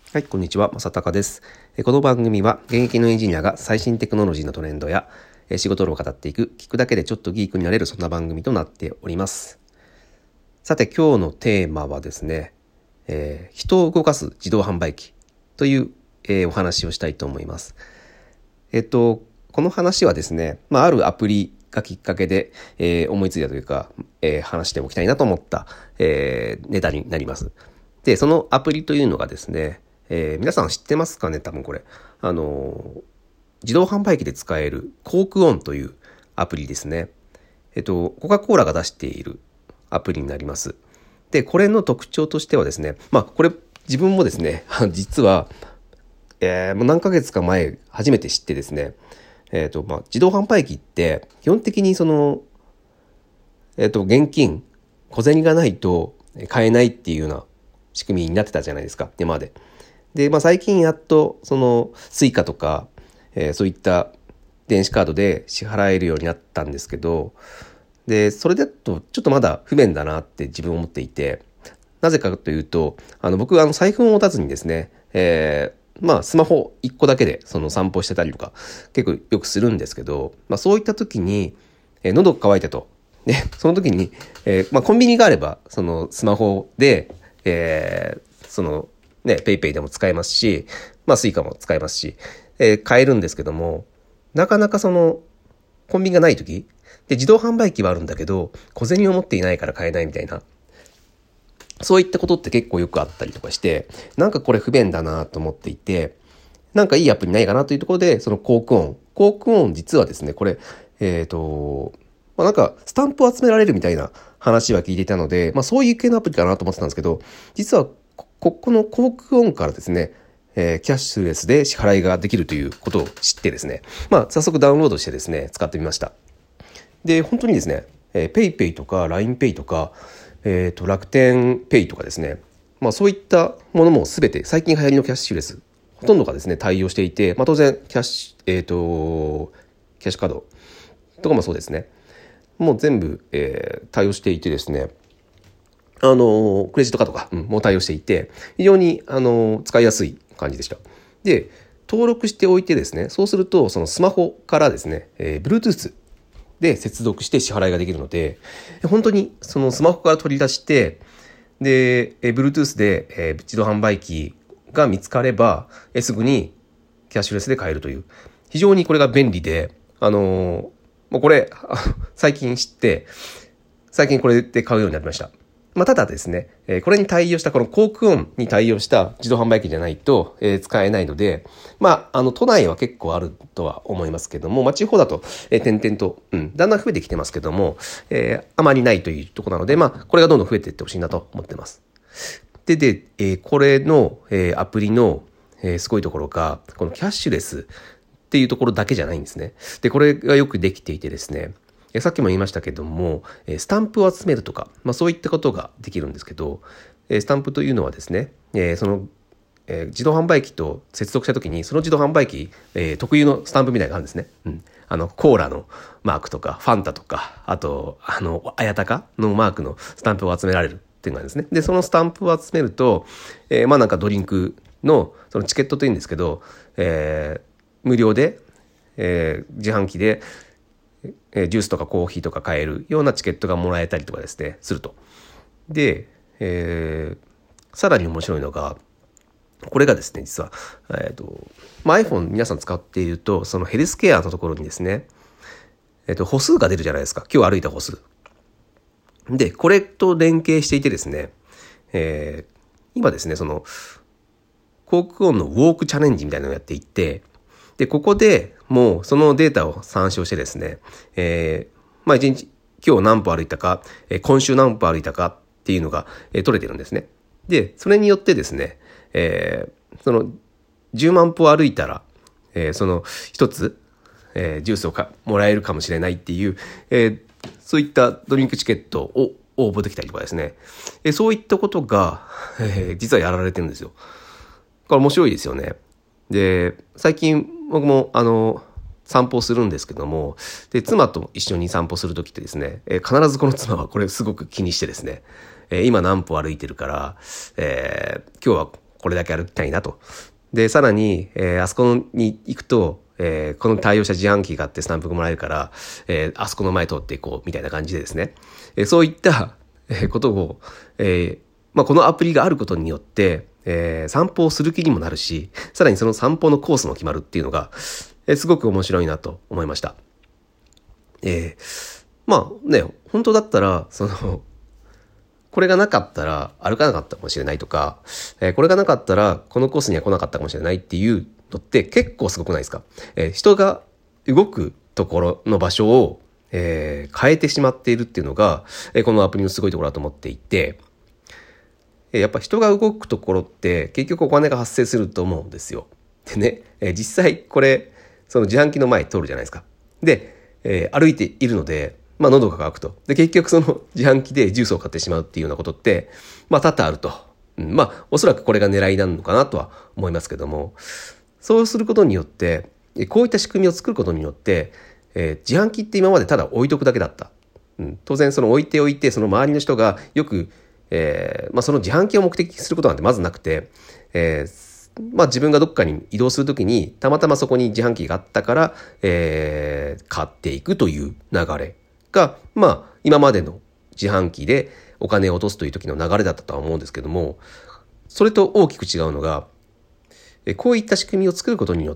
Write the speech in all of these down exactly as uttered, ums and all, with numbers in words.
はい、こんにちは、正隆です。この番組は現役のエンジニアが最新テクノロジーのトレンドや仕事論を語っていく、聞くだけでちょっとギークになれる、そんな番組となっております。さて、今日のテーマはですね、えー、人を動かす自動販売機という、えー、お話をしたいと思います。えっと、この話はですね、まあ、あるアプリがきっかけで、えー、思いついたというか、えー、話しておきたいなと思った、えー、ネタになります。で、そのアプリというのがですね、えー、皆さん知ってますかね、多分これ。あのー、自動販売機で使えるコークオンというアプリですね。えっと、コカ・コーラが出しているアプリになります。で、これの特徴としてはですね、まあ、これ自分もですね、実は、えー、もう何ヶ月か前初めて知ってですね、えっと、まあ、自動販売機って基本的にその、えっと、現金、小銭がないと買えないっていうような仕組みになってたじゃないですか、今まで。で、まあ、最近やっとそのスイカとか、えー、そういった電子カードで支払えるようになったんですけど、でそれだとちょっとまだ不便だなって自分思っていて、なぜかというと、あの僕はあの財布を持たずにですね、えー、まあスマホいっこだけでその散歩してたりとか結構よくするんですけど、まあ、そういった時に、えー、喉乾いたと。でその時に、えーまあ、コンビニがあればそのスマホで、えー、そのね、ペイペイでも使えますし、まあスイカも使えますし、えー、買えるんですけども、なかなかその、コンビニがないとき、で、自動販売機はあるんだけど、小銭を持っていないから買えないみたいな、そういったことって結構よくあったりとかして、なんかこれ不便だなと思っていて、なんかいいアプリないかなというところで、そのコークオン。コークオン実はですね、これ、えっと、まあ、なんかスタンプを集められるみたいな話は聞いていたので、まあそういう系のアプリかなと思ってたんですけど、実はここのコークオンからですね、えー、キャッシュレスで支払いができるということを知ってですね、まあ早速ダウンロードしてですね、使ってみました。で、本当にですね、えー、ペイペイとか ラインペイ とか、えっと、楽天ペイとかですね、まあそういったものもすべて最近流行りのキャッシュレス、ほとんどがですね、対応していて、まあ当然、キャッシュ、えっと、キャッシュカードとかもそうですね、もう全部、えー、対応していてですね、あの、クレジットカードか、うん、もう対応していて、非常に、あの、使いやすい感じでした。で、登録しておいてですね、そうすると、そのスマホからですね、えー、Bluetooth で接続して支払いができるので、本当にそのスマホから取り出して、で、えー、Bluetooth で、えー、自動販売機が見つかれば、えー、すぐにキャッシュレスで買えるという、非常にこれが便利で、あのー、もうこれ、最近知って、最近これで買うようになりました。まあ、ただですね、えー、これに対応した、このコークオンに対応した自動販売機じゃないと、えー、使えないので、まあ、あの、都内は結構あるとは思いますけども、まあ、地方だと、えー、点々と、うん、だんだん増えてきてますけども、えー、あまりないというところなので、まあ、これがどんどん増えていってほしいなと思ってます。で、で、えー、これの、えー、アプリの、えー、すごいところが、このキャッシュレスっていうところだけじゃないんですね。で、これがよくできていてですね、さっきも言いましたけども、スタンプを集めるとか、まあ、そういったことができるんですけど、スタンプというのはですね、その自動販売機と接続したときに、その自動販売機、特有のスタンプみたいなのがあるんですね。うん、あのコーラのマークとか、ファンタとか、あと、あの、あやたかのマークのスタンプを集められるっていうのがあるんですね。で、そのスタンプを集めると、えー、まあなんかドリンクの、そのチケットというんですけど、えー、無料で、えー、自販機で、ジュースとかコーヒーとか買えるようなチケットがもらえたりとかですね、すると。で、えー、さらに面白いのが、これがですね、実は、えっと、まあ、iPhone 皆さん使っていると、そのヘルスケアのところにですね、えっと、歩数が出るじゃないですか。今日歩いた歩数。で、これと連携していてですね、えー、今ですね、その、コークオンのウォークチャレンジみたいなのをやっていて、で、ここでもうそのデータを参照してですね、えー、まあ一日、今日何歩歩いたか、えー、今週何歩歩いたかっていうのが、えー、取れてるんですね。で、それによってですね、えー、そのじゅうまん歩歩いたら、えー、その一つ、えー、ジュースをかもらえるかもしれないっていう、えー、そういったドリンクチケットを応募できたりとかですね、えー、そういったことが、えー、実はやられてるんですよ。これ面白いですよね。で、最近僕もあの散歩するんですけども、で妻と一緒に散歩するときってですね、えー、必ずこの妻はこれすごく気にしてですね、えー、今何歩歩いてるから、えー、今日はこれだけ歩きたいなと。で、さらに、えー、あそこに行くと、えー、この対応した自販機があってスタンプがもらえるから、えー、あそこの前通っていこうみたいな感じでですね、えー、そういった、えー、ことを、えーまあ、このアプリがあることによって、えー、散歩をする気にもなるし、さらにその散歩のコースも決まるっていうのが、えー、すごく面白いなと思いました。えー、まあね、本当だったら、その、これがなかったら歩かなかったかもしれないとか、えー、これがなかったらこのコースには来なかったかもしれないっていうのって結構すごくないですか。えー、人が動くところの場所を、えー、変えてしまっているっていうのが、えー、このアプリのすごいところだと思っていて、えー、やっぱ人が動くところって結局お金が発生すると思うんですよ。でね、えー、実際これその自販機の前通るじゃないですか。で、えー、歩いているのでまあ喉が渇くと。で、結局その自販機でジュースを買ってしまうっていうようなことって、まあ多々あると。うん、まあおそらくこれが狙いなのかなとは思いますけども、そうすることによって、こういった仕組みを作ることによって、えー、自販機って今までただ置いとくだけだった。うん、当然その置いておいて、その周りの人がよく、えー、まあその自販機を目的にすることなんてまずなくて、えー、まあ自分がどっかに移動するときに、たまたまそこに自販機があったから、えー、買っていくという流れが、まあ、今までの自販機でお金を落とすという時の流れだったとは思うんですけども、それと大きく違うのが、こういった仕組みを作ることによって、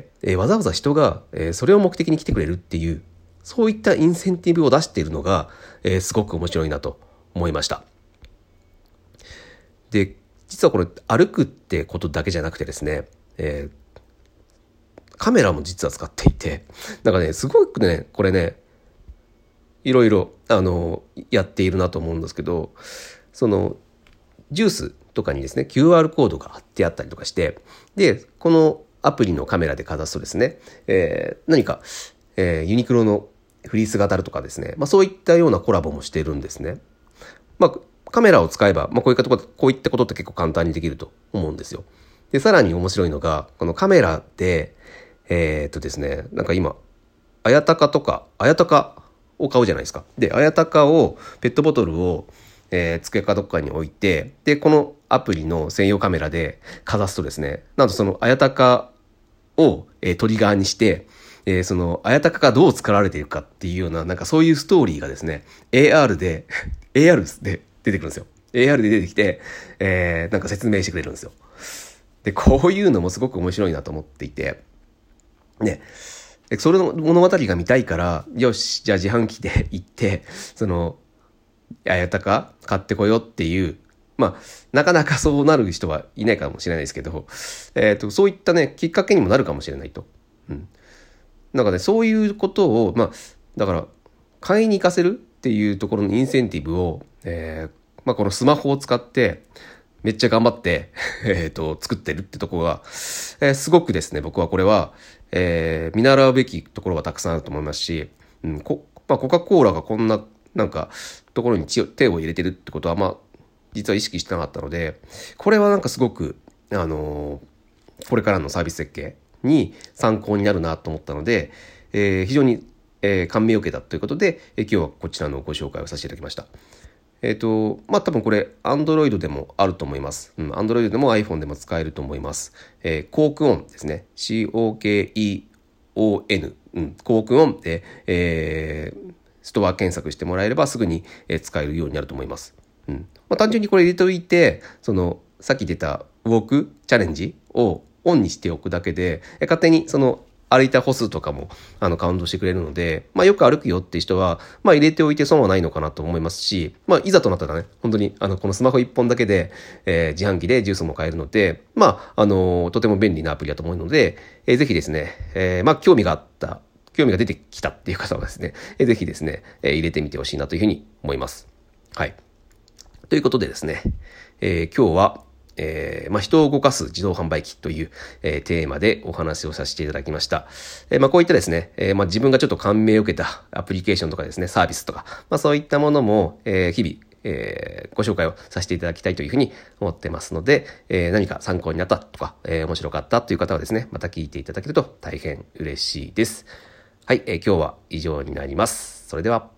わざわざ人がそれを目的に来てくれるっていう、そういったインセンティブを出しているのが、すごく面白いなと思いました。で、実はこれ歩くってことだけじゃなくてですね、えー、カメラも実は使っていて、なんかね、すごくね、これね、いろいろあのやっているなと思うんですけど、そのジュースとかにですね キューアール コードが貼ってあったりとかして、でこのアプリのカメラでかざすとですね、えー、何か、えー、ユニクロのフリースが当たるとかですね、まあ、そういったようなコラボもしているんですね。まあカメラを使えば、まあ、こういったことこういったことって結構簡単にできると思うんですよ。でさらに面白いのがこのカメラでえー、っとですねなんか今あやたかとかあやたかを買うじゃないですか。で、あやたかを、ペットボトルを、えー、机かどっかに置いて、で、このアプリの専用カメラでかざすとですね、なんとそのあやたかを、えー、トリガーにして、えー、そのあやたかがどう作られているかっていうような、なんかそういうストーリーがですね、エーアール で、エーアール で出てくるんですよ。エーアール で出てきて、えー、なんか説明してくれるんですよ。で、こういうのもすごく面白いなと思っていて、ね、それの物語が見たいから、よし、じゃあ自販機で行って、その、あやたか買ってこようっていう、まあ、なかなかそうなる人はいないかもしれないですけど、えっと、そういったね、きっかけにもなるかもしれないと。うん。なんかね、そういうことを、まあ、だから、買いに行かせるっていうところのインセンティブを、えー、まあ、このスマホを使って、めっちゃ頑張って、えっと、作ってるってところが、えー、すごくですね、僕はこれは、えー、見習うべきところはたくさんあると思いますし、うん、こ、まあ、コカ・コーラがこんな、なんか、ところに手を入れてるってことは、まあ、実は意識してなかったので、これはなんかすごく、あのー、これからのサービス設計に参考になるなと思ったので、えー、非常に、えー、感銘を受けたということで、えー、今日はこちらのご紹介をさせていただきました。えっと、まあ、多分これ、Android でもあると思います。うん、Android でも iPhone でも使えると思います。えー、コークオンですね。シーオーケーイーオーエヌ。うん、コークオンで、えー、ストア検索してもらえればすぐに使えるようになると思います。うん。まあ、単純にこれ入れておいて、その、さっき出たウォークチャレンジをオンにしておくだけで、勝手にその、歩いた歩数とかもあのカウントしてくれるので、まあよく歩くよって人は、まあ入れておいて損はないのかなと思いますし、まあいざとなったらね、本当にあのこのスマホ一本だけで、えー、自販機でジュースも買えるので、まああのー、とても便利なアプリだと思うので、えー、ぜひですね、えー、まあ興味があった、興味が出てきたっていう方はですね、えー、ぜひですね、えー、入れてみてほしいなというふうに思います。はい。ということでですね、えー、今日は、えーまあ、人を動かす自動販売機という、えー、テーマでお話をさせていただきました。えーまあ、こういったですね、えーまあ、自分がちょっと感銘を受けたアプリケーションとかですね、サービスとか、まあ、そういったものも、えー、日々、えー、ご紹介をさせていただきたいというふうに思ってますので、えー、何か参考になったとか、えー、面白かったという方はですね、また聞いていただけると大変嬉しいです。はい、えー、今日は以上になります。それでは。